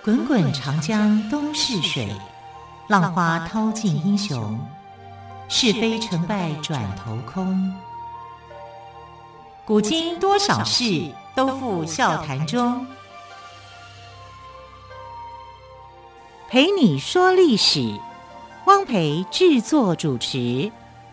滚滚长江东逝水，浪花淘尽英雄。是非成败转头空。古今多少事，都付笑谈中。陪你说历史，汪培制作主持。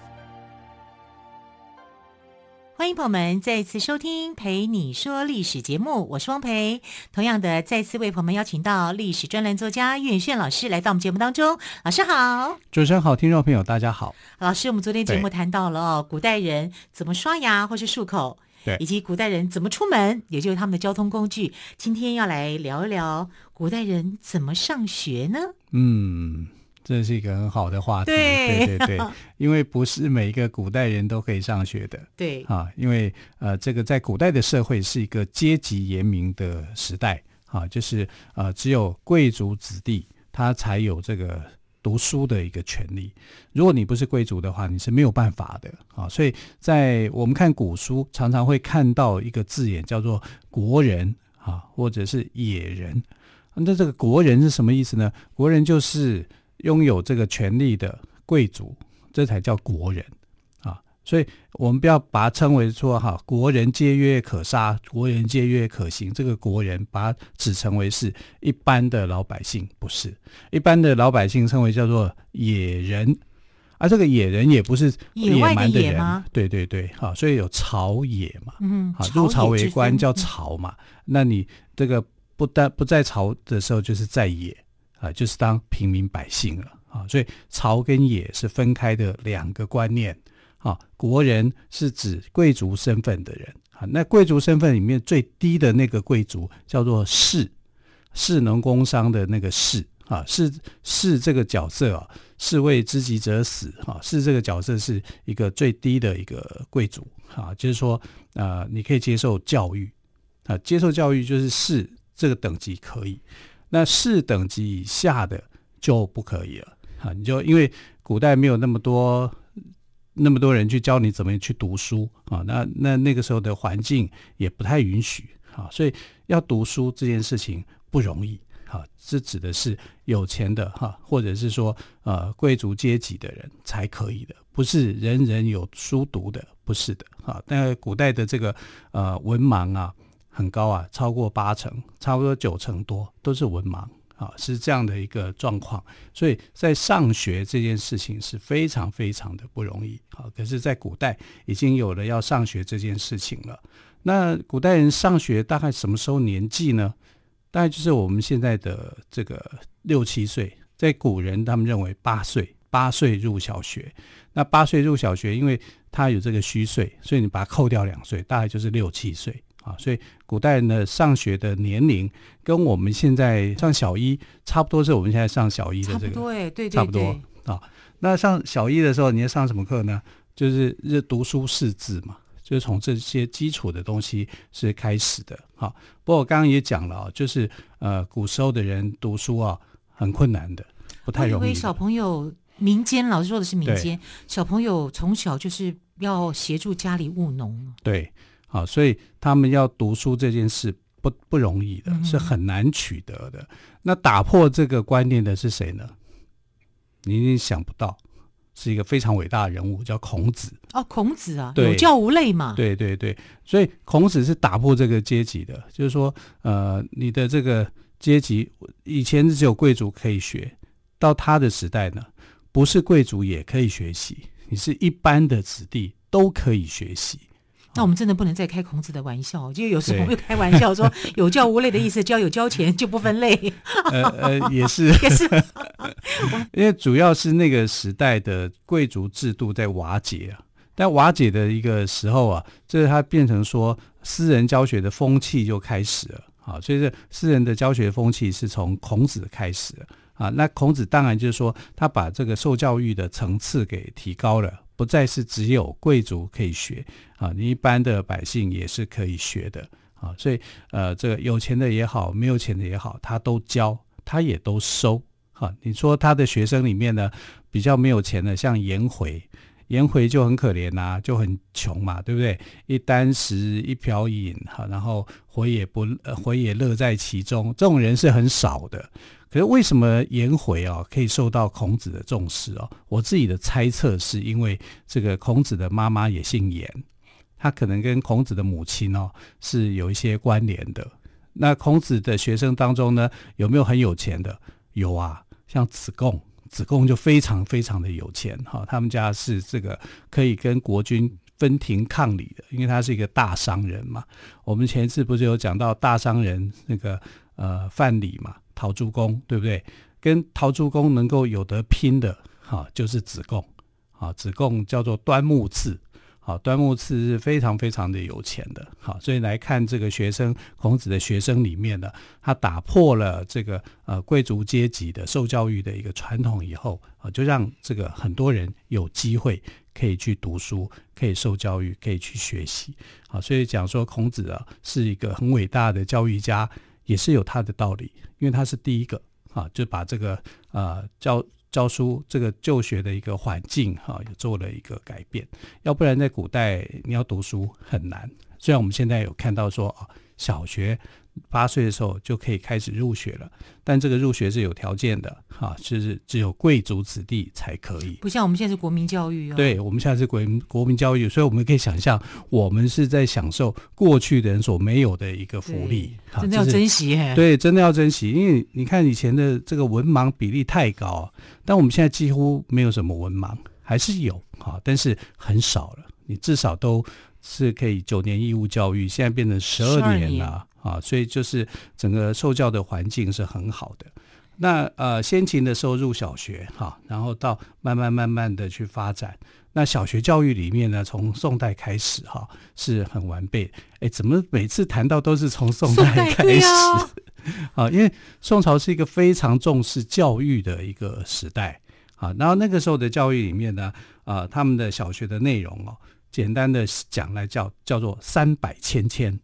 欢迎朋友们再次收听《陪你说历史》节目，我是汪培。同样的，再次为朋友们邀请到历史专栏作家岳轩老师来到我们节目当中。老师好。 主持人好，听众朋友大家好。 老师，我们昨天节目谈到了古代人怎么刷牙或是漱口， 对， 以及古代人怎么出门，也就是他们的交通工具。今天要来聊一聊古代人怎么上学呢？ 这是一个很好的话题。 对， 因为不是每一个古代人都可以上学的。 对啊，因为这个在古代的社会是一个阶级严明的时代啊，就是只有贵族子弟他才有这个读书的一个权利。如果你不是贵族的话，你是没有办法的啊。所以在我们看古书，常常会看到一个字眼叫做国人啊，或者是野人。那这个国人是什么意思呢？国人就是拥有这个权利的贵族，这才叫国人啊！所以我们不要把它称为说国人皆曰可杀，国人皆曰可刑。这个国人把它指称为是一般的老百姓，不是一般的老百姓称为叫做野人啊。这个野人也不是野蛮的人吗？对对对，所以有朝野嘛，入朝为官叫朝嘛。那你这个不在朝的时候，就是在野。就是当平民百姓了啊，所以朝跟野是分开的两个观念啊。国人是指贵族身份的人啊，那贵族身份里面最低的那个贵族叫做士，士农工商的那个士啊，士这个角色啊，士为知己者死啊，士这个角色是一个最低的一个贵族啊，就是说你可以接受教育啊，接受教育就是士这个等级可以。那士等级以下的就不可以了啊！你就因为古代没有那么多人去教你怎么去读书啊，那个时候的环境也不太允许啊，所以要读书这件事情不容易啊。这指的是有钱的或者是说贵族阶级的人才可以的，不是人人有书读的，不是的啊。但古代的这个文盲啊。很高啊，超过80%，差不多90%多都是文盲啊，是这样的一个状况。所以在上学这件事情是非常非常的不容易啊。可是在古代已经有了要上学这件事情了。那古代人上学大概什么时候年纪呢？大概就是我们现在的这个6、7岁，在古人他们认为8岁入小学。那8岁入小学，因为他有这个虚岁，所以你把它扣掉2岁，大概就是6、7岁。所以古代人的上学的年龄跟我们现在上小一差不多，是我们现在上小一的这个差不多对， 差不多啊。那上小一的时候，你要上什么课呢？就是读书识字嘛，就是从这些基础的东西是开始的。好，不过我刚刚也讲了，就是古时候的人读书啊很困难的，不太容易的。 我以为小朋友民间，老师说的是民间，小朋友从小就是要协助家里务农。 对。好，所以他们要读书这件事不容易的，是很难取得的。那打破这个观念的是谁呢？你一定想不到，是一个非常伟大的人物，叫孔子。 孔子啊，有教无类嘛。 对对对，所以孔子是打破这个阶级的，就是说，你的这个阶级以前只有贵族可以学，到他的时代呢，不是贵族也可以学习，你是一般的子弟都可以学习。 那我们真的不能再开孔子的玩笑，就有时候我们开玩笑说有教无类的意思，教有交钱就不分类。 也是因为主要是那个时代的贵族制度在瓦解啊，但瓦解的一个时候啊，这它变成说私人教学的风气就开始了啊，所以这私人的教学风气是从孔子开始的啊。那孔子当然就是说他把这个受教育的层次给提高了。不再是只有贵族可以学啊，你一般的百姓也是可以学的啊，所以这个有钱的也好，没有钱的也好，他都教，他也都收啊。你说他的学生里面呢，比较没有钱的，像颜回颜回就很可怜啊，就很穷嘛，对不对？一箪食一瓢饮，然后回也乐在其中，这种人是很少的。可是为什么颜回可以受到孔子的重视我自己的猜测是因为这个孔子的妈妈也姓颜，他可能跟孔子的母亲是有一些关联的。那孔子的学生当中呢，有没有很有钱的？有啊，像子贡就非常非常的有钱他们家是这个可以跟国君分庭抗礼的，因为他是一个大商人嘛。我们前一次不是有讲到大商人那个范蠡嘛，陶朱公，对不对？跟陶朱公能够有得拼的就是子贡子贡叫做端木赐。端木赐是非常非常的有钱的。所以来看这个学生，孔子的学生里面呢，他打破了这个贵族阶级的受教育的一个传统以后就让这个很多人有机会可以去读书，可以受教育，可以去学习。所以讲说孔子是一个很伟大的教育家，也是有他的道理，因为他是第一个就把这个教书这个就学的一个环境也做了一个改变。要不然在古代你要读书很难。虽然我们现在有看到说小学8岁的时候就可以开始入学了，但这个入学是有条件的就是只有贵族子弟才可以， 不像我们现在是国民教育对，我们现在是国民教育，所以我们可以想象我们是在享受过去的人所没有的一个福利。 真的要珍惜对，真的要珍惜。因为你看以前的这个文盲比例太高，但我们现在几乎没有什么文盲，还是有但是很少了。你至少都是可以9年义务教育，现在变成12年了所以就是整个受教的环境是很好的。那先秦的时候入小学然后到慢慢的去发展。那小学教育里面呢，从宋代开始是很完备。怎么每次谈到都是从宋代开始因为宋朝是一个非常重视教育的一个时代然后那个时候的教育里面呢他们的小学的内容简单的讲来叫做300千千。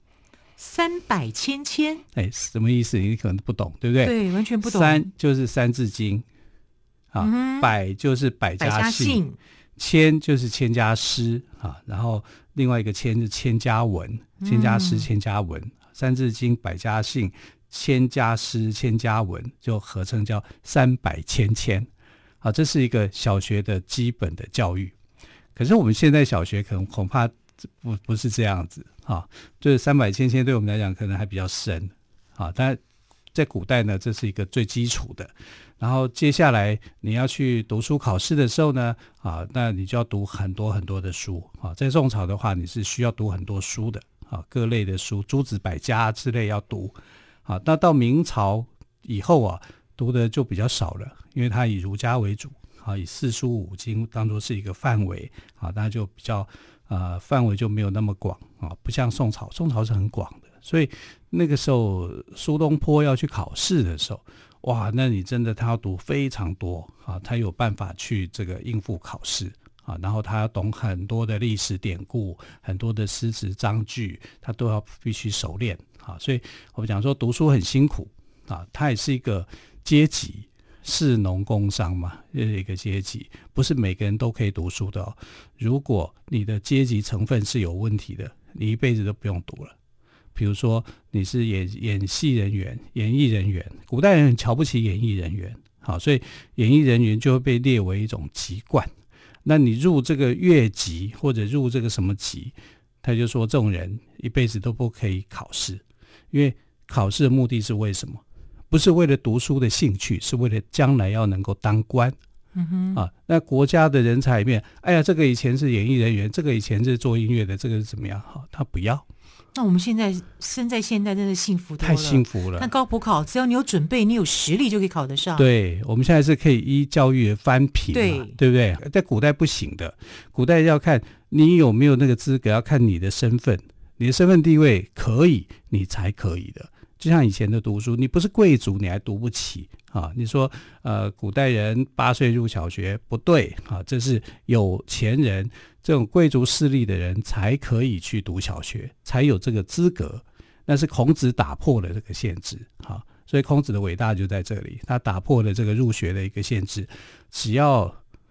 300千千， 什么意思？你可能不懂，对不对？ 对，完全不懂。 3就是三字经百就是百家姓，千就是千家诗然后另外一个千是千家文，千家诗千家文，三字经百家姓千家诗千家文就合称叫300千千这是一个小学的基本的教育。可是我们现在小学恐怕不是这样子就是300千千对我们来讲可能还比较深但在古代呢，这是一个最基础的。然后接下来你要去读书考试的时候呢那你就要读很多很多的书在宋朝的话，你是需要读很多书的各类的书，诸子百家之类要读那到明朝以后读的就比较少了，因为它以儒家为主以四书五经当作是一个范围那就比较范围就没有那么广不像宋朝是很广的。所以那个时候苏东坡要去考试的时候，哇，那你真的他要读非常多他有办法去这个应付考试然后他要懂很多的历史典故，很多的诗词章句，他都要必须熟练所以我们讲说读书很辛苦它也是一个阶级，士农工商嘛，一个阶级，不是每个人都可以读书的如果你的阶级成分是有问题的，你一辈子都不用读了。比如说你是演戏人员、演艺人员，古代人很瞧不起演艺人员所以演艺人员就会被列为一种籍贯。那你入这个越级或者入这个什么级，他就说这种人一辈子都不可以考试。因为考试的目的是为什么？不是为了读书的兴趣，是为了将来要能够当官那国家的人才里面，这个以前是演艺人员，这个以前是做音乐的，这个是怎么样他不要。 那我们现在生在现代真的幸福多了， 太幸福了。 那高普考只要你有准备，你有实力就可以考得上。 对，我们现在是可以依教育翻评嘛，对不对？在古代不行的，古代要看你有没有那个资格，要看你的身份，你的身份地位可以，你才可以的。就像以前的读书，你不是贵族你还读不起你说古代人8岁入小学不对这是有钱人这种贵族势力的人才可以去读小学，才有这个资格。那是孔子打破了这个限制所以孔子的伟大就在这里，他打破了这个入学的一个限制。只要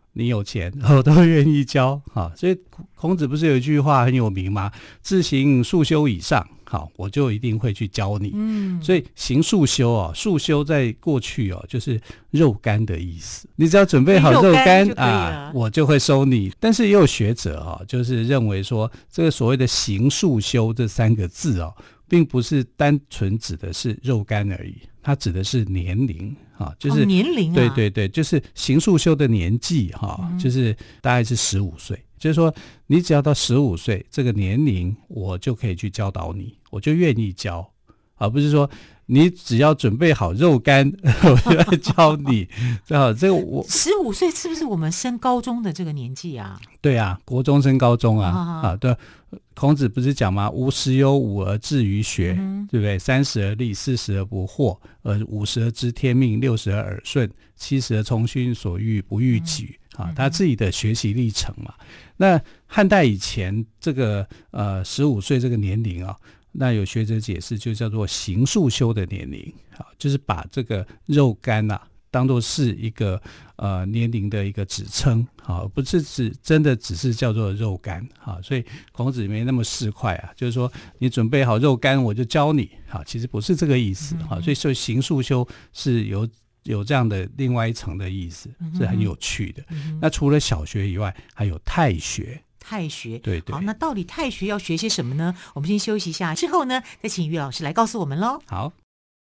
你有钱我都愿意教。好，所以孔子不是有一句话很有名吗？自行束修以上，好，我就一定会去教你。所以行束修啊，束修在过去就是肉干的意思。你只要准备好肉干啊，我就会收你。但是也有学者就是认为说，这个所谓的行束修这3个字并不是单纯指的是肉干而已，它指的是年龄就是年龄对对对，就是行束修的年纪就是大概是15岁。就是说你只要到15岁这个年龄，我就可以去教导你，我就愿意教，而不是说你只要准备好肉干我就来教你。这个我 15岁是不是我们升高中的这个年纪啊？ 对啊，国中升高中啊。对，孔子不是讲吗？5十有5而志于学，对不对？30而立，40而不惑，50而知天命，60而耳顺，70而从心所欲不逾矩。他自己的学习历程嘛。那汉代以前这个15岁这个年龄那有学者解释就叫做行束修的年龄，就是把这个肉干当作是一个年龄的一个指称，不是真的只是叫做肉干。所以孔子没那么市侩就是说你准备好肉干我就教你，其实不是这个意思。所以行束修是有这样的另外一层的意思，是很有趣的。那除了小学以外，还有太学。 对对。好，那到底太学要学些什么呢？我们先休息一下，之后呢，再请于老师来告诉我们咯。 好。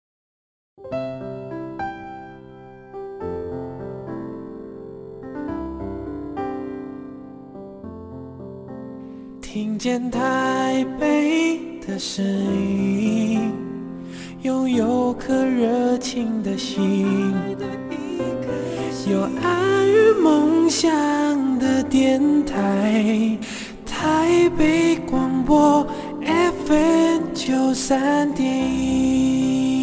听见台北的声音，拥有颗热情的心，有爱与梦想的电台，台北广播 FM93.1。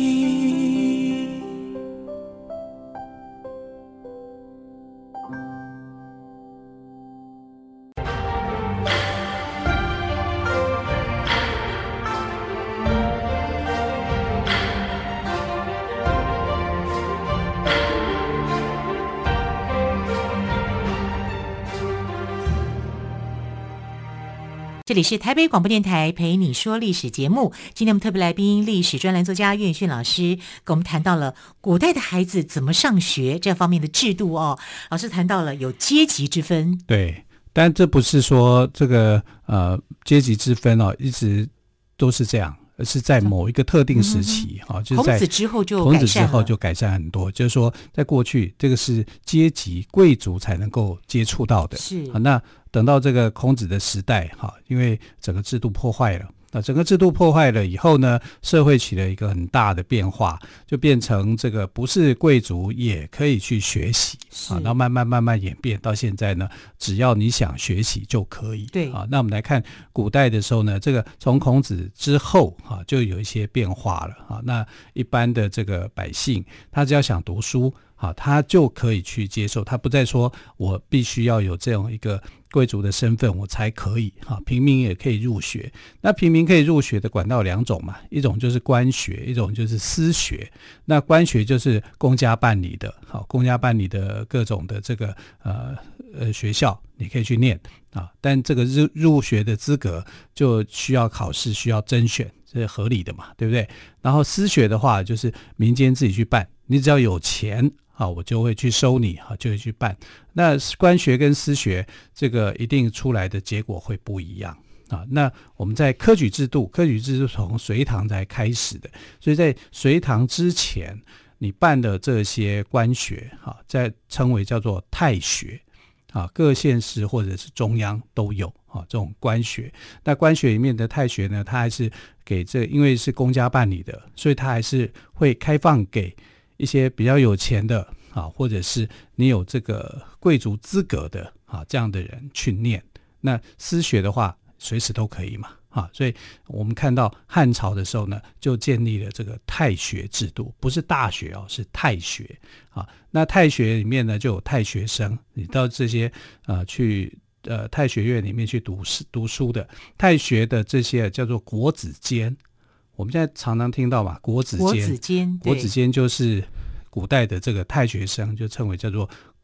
这里是台北广播电台陪你说历史节目，今天我们特别来宾历史专栏作家岳迅老师跟我们谈到了古代的孩子怎么上学这方面的制度老师谈到了有阶级之分。 对，但这不是说这个阶级之分一直都是这样，而是在某一个特定时期就是在孔子之后就改善很多。就是说在过去这个是阶级贵族才能够接触到的， 是那等到这个孔子的时代因为整个制度破坏了，那整个制度破坏了以后呢，社会起了一个很大的变化，就变成这个不是贵族也可以去学习然后慢慢演变到现在呢，只要你想学习就可以。 对那我们来看古代的时候呢，这个从孔子之后就有一些变化了那一般的这个百姓，他只要想读书他就可以去接受，他不再说我必须要有这样一个贵族的身份我才可以平民也可以入学。那平民可以入学的管道2种嘛，一种就是官学，一种就是私学。那官学就是公家办理的公家办理的各种的这个学校你可以去念但这个入学的资格就需要考试，需要甄选，这是合理的嘛，对不对？然后私学的话就是民间自己去办，你只要有钱我就会去收你就会去办。那官学跟私学这个一定出来的结果会不一样那我们在科举制度从隋唐才开始的，所以在隋唐之前你办的这些官学在称为叫做太学各县市或者是中央都有这种官学。那官学里面的太学呢，它还是给因为是公家办理的，所以它还是会开放给一些比较有钱的或者是你有这个贵族资格的这样的人去念。那私学的话随时都可以嘛所以我们看到汉朝的时候呢，就建立了这个太学制度，不是大学是太学那太学里面呢就有太学生，你到这些去太学院里面去读书的太学的这些叫做国子监。我们现在常常听到嘛，国子监就是古代的这个太学生，就称为叫做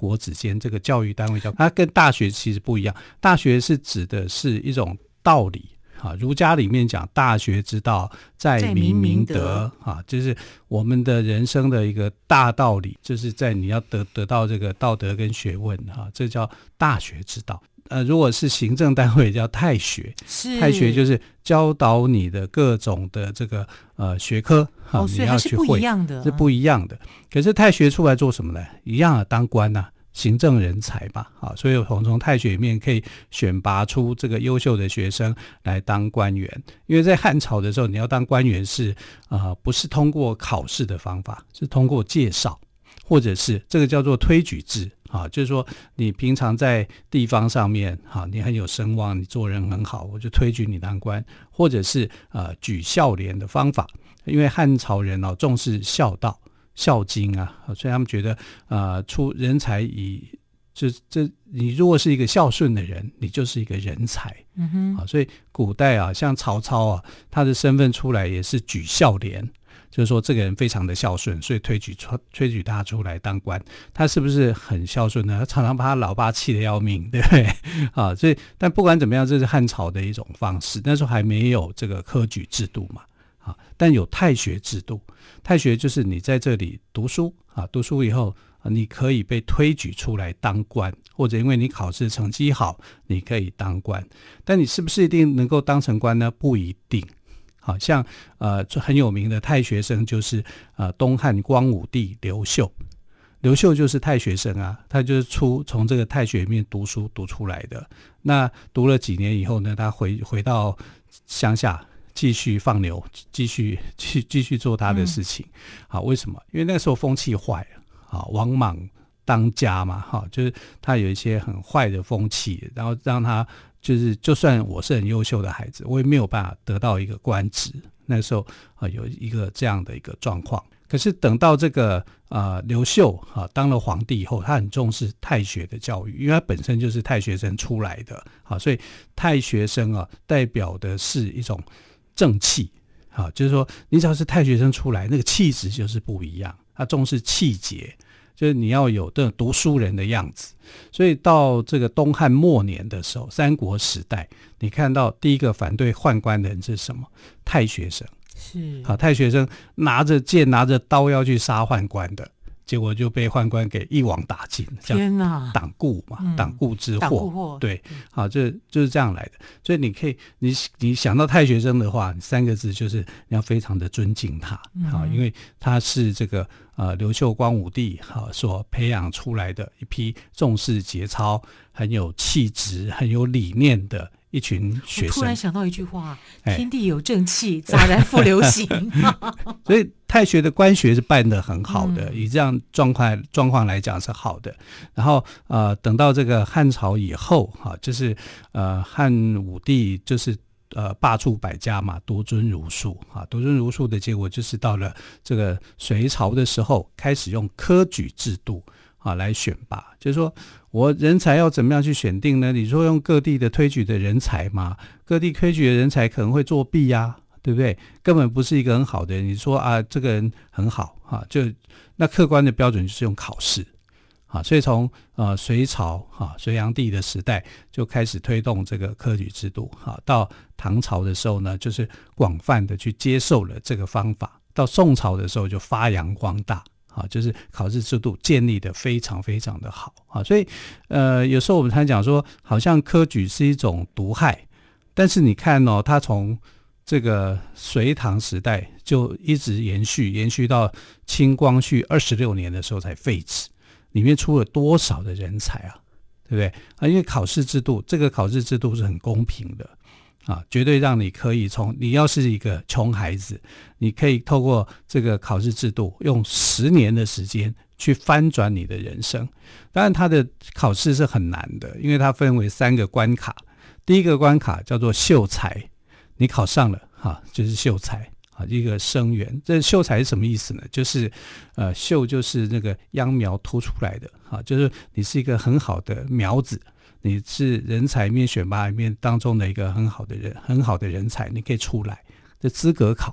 国子监这个教育单位它跟大学其实不一样，大学是指的是一种道理。儒家里面讲大学之道在明明德，就是我们的人生的一个大道理，就是在你要得到这个道德跟学问，这叫大学之道。如果是行政单位叫太学，太学就是教导你的各种的这个学科， 所以它是不一样的， 是不一样的。可是太学出来做什么呢？一样当官啊，行政人才嘛，所以我们从太学里面可以选拔出这个优秀的学生来当官员。因为在汉朝的时候，你要当官员是不是通过考试的方法，是通过介绍，或者是这个叫做推举制。就是说你平常在地方上面你很有声望，你做人很好，我就推举你当官，或者是举孝廉的方法。因为汉朝人重视孝道孝经啊，所以他们觉得出人才你如果是一个孝顺的人，你就是一个人才。所以古代像曹操他的身份出来也是举孝廉，就是说这个人非常的孝顺，所以推举他出来当官。他是不是很孝顺呢？他常常把他老爸气得要命，对不对？所以但不管怎么样，这是汉朝的一种方式。那时候还没有这个科举制度嘛，但有太学制度。太学就是你在这里读书读书以后你可以被推举出来当官，或者因为你考试成绩好你可以当官。但你是不是一定能够当成官呢？不一定。好像很有名的太学生就是东汉光武帝刘秀。刘秀就是太学生啊，他就是从这个太学里面读书读出来的。那读了几年以后呢，他回到乡下继续放牛，继续做他的事情。为什么？因为那个时候风气坏了，王莽当家嘛，就是他有一些很坏的风气，然后让他就算我是很优秀的孩子，我也没有办法得到一个官职。那时候有一个这样的一个状况。可是等到这个刘秀当了皇帝以后，他很重视太学的教育，因为他本身就是太学生出来的，所以太学生代表的是一种正气，就是说你只要是太学生出来，那个气质就是不一样。他重视气节，就是你要有这种读书人的样子。所以到这个东汉末年的时候，三国时代，你看到第一个反对宦官的人是什么？太学生。是太学生拿着剑拿着刀要去杀宦官的，结果就被宦官给一网打尽。天哪，党锢嘛，党锢之祸。对，就是这样来的。所以你可以你想到太学生的话，三个字就是你要非常的尊敬他，因为他是这个刘秀光武帝所培养出来的一批重视节操、很有气质、很有理念的一群学生。 我突然想到一句话，天地有正气，杂然复流行。 所以太学的官学是办得很好的，以这样状况来讲是好的。然后等到这个汉朝以后就是汉武帝就是罢黜百家嘛，独尊儒术独尊儒术的结果就是到了这个隋朝的时候，开始用科举制度来选拔。就是说我人才要怎么样去选定呢？你说用各地的推举的人才嘛，各地推举的人才可能会作弊啊，对不对？根本不是一个很好的人。你说这个人很好那客观的标准就是用考试所以从隋朝隋炀帝的时代就开始推动这个科举制度到唐朝的时候呢，就是广泛的去接受了这个方法。到宋朝的时候就发扬光大就是考试制度建立的非常非常的好所以有时候我们常讲说，好像科举是一种毒害，但是你看它从这个隋唐时代就一直延续到清光绪26年的时候才废止，里面出了多少的人才对不对因为这个考试制度是很公平的绝对让你可以你要是一个穷孩子，你可以透过这个考试制度用10年的时间去翻转你的人生。当然它的考试是很难的，因为它分为3个关卡。第一个关卡叫做秀才，你考上了就是秀才一个生源。这秀才是什么意思呢？就是秀就是那个秧苗突出来的就是你是一个很好的苗子，你是人才里面选拔里面当中的一个很好的人才，你可以出来。这资格考，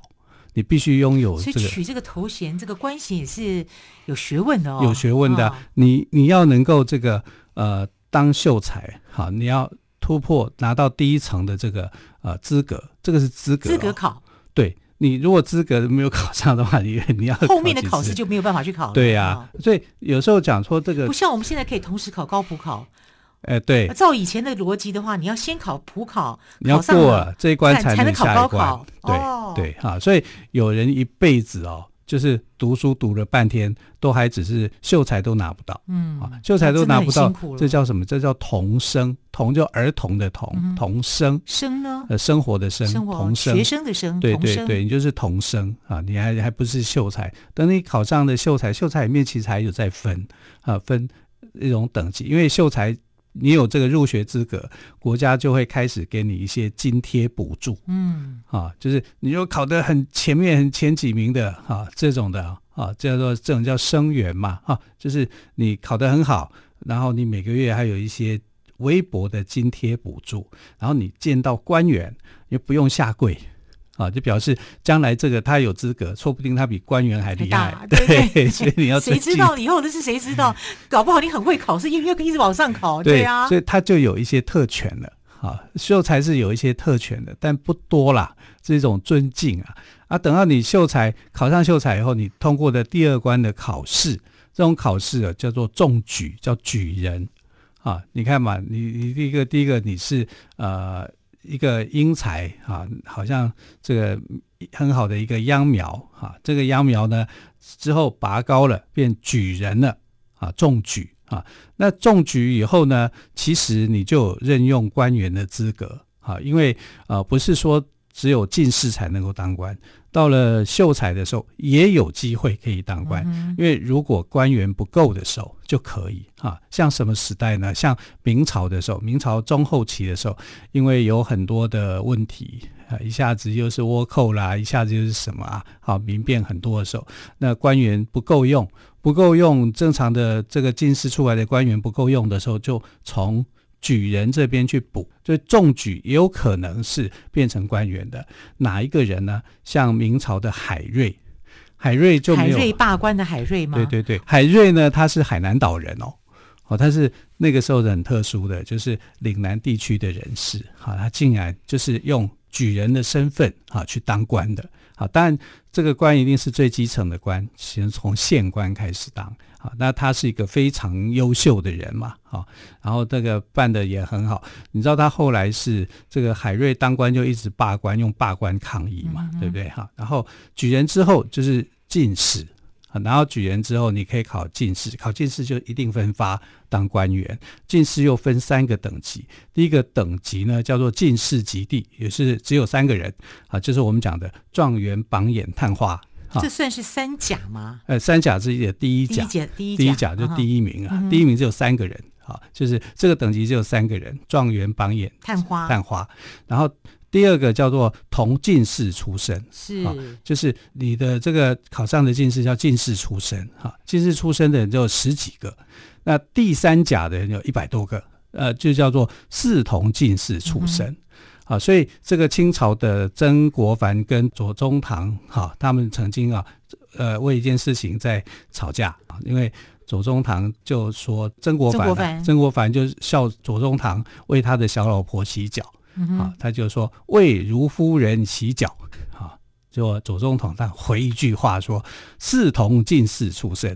你必须拥有所以这个。 取这个头衔、这个官衔也是有学问的哦， 有学问的啊、你要能够这个当秀才，好，你要突破拿到第一层的这个资格，这个是资格、 资格考。 对，你如果资格没有考上的话，你要后面的考试就没有办法去考了。 对呀、所以有时候讲说这个不像我们现在可以同时考高普考。 对， 照以前的逻辑的话，你要先考普考， 你要过了这一关才能考高考。 对、对哈，所以有人一辈子就是读书读了半天，都还只是秀才都拿不到，秀才都拿不到，这叫什么？这叫童生，童就儿童的童，童生， 生呢？ 生活的生，童生， 学生的生， 对对对，你就是童生啊，你还不是秀才。等你考上的秀才，秀才里面其实还有在分一种等级，因为秀才。你有这个入学资格，国家就会开始给你一些津贴补助，就是你如果考得很前面很前几名的这种的这种叫生源嘛就是你考得很好，然后你每个月还有一些微薄的津贴补助，然后你见到官员你不用下跪。就表示将来这个他有资格，说不定他比官员还厉害。对，所以你要谁知道以后的是谁知道？搞不好你很会考试，又一直往上考。对啊， 所以他就有一些特权了。秀才是有一些特权的，但不多啦，是一种尊敬等到你考上秀才以后，你通过的第二关的考试，这种考试叫做中举，叫举人你看嘛，你第一个你是一个英才好像这个很好的一个秧苗这个秧苗呢之后拔高了变举人了中举那中举以后呢，其实你就有任用官员的资格因为不是说只有进士才能够当官，到了秀才的时候也有机会可以当官，因为如果官员不够的时候就可以像什么时代呢？像明朝的时候，明朝中后期的时候，因为有很多的问题一下子又是倭寇啦，一下子又是什么民变很多的时候，那官员不够用，正常的这个进士出来的官员不够用的时候，就从举人这边去补，所以中举也有可能是变成官员的。哪一个人呢？像明朝的海瑞就没有海瑞罢官的海瑞吗？ 对对对，海瑞呢，他是海南岛人他是那个时候很特殊的，就是岭南地区的人士他竟然就是用举人的身份去当官的当然这个官一定是最基层的官，先从县官开始当那他是一个非常优秀的人嘛然后这个办的也很好。你知道他后来是这个海瑞当官就一直罢官，用罢官抗议嘛，对不对然后举人之后就是进士然后举人之后你可以考进士，考进士就一定分发当官员。进士又分3个等级，第一个等级呢叫做进士及第，也是只有3个人就是我们讲的状元、榜眼、探花。 这算是3甲吗 ？3甲之一的第一甲，第一甲就第一名第一名只有3个人就是这个等级只有3个人，状元、榜眼、探花。然后第二个叫做同进士出身，就是你的这个考上的进士叫进士出身进士出身的人就有10几个，那第3甲的人有100多个就叫做四同进士出身所以这个清朝的曾国藩跟左宗棠他们曾经为一件事情在吵架因为左宗棠就说曾国藩就笑左宗棠为他的小老婆洗脚他就说为如夫人洗脚就左宗棠回一句话说四同进士出身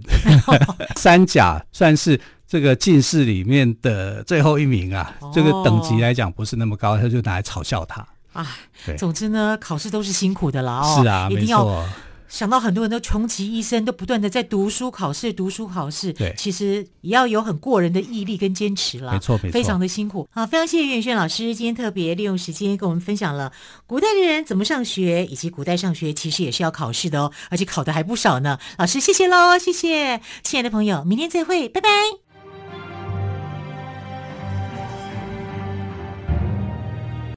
3甲算是这个进士里面的最后一名这个等级来讲不是那么高，他就拿来嘲笑他总之呢考试都是辛苦的了是啊， 一定要没错。 想到很多人都穷其一生都不断的在读书考试，对，其实也要有很过人的毅力跟坚持了， 没错， 非常的辛苦。好，非常谢谢岳轩老师今天特别利用时间跟我们分享了古代的人怎么上学，以及古代上学其实也是要考试的而且考的还不少呢。老师谢谢咯，谢谢，亲爱的朋友，明天再会，拜拜。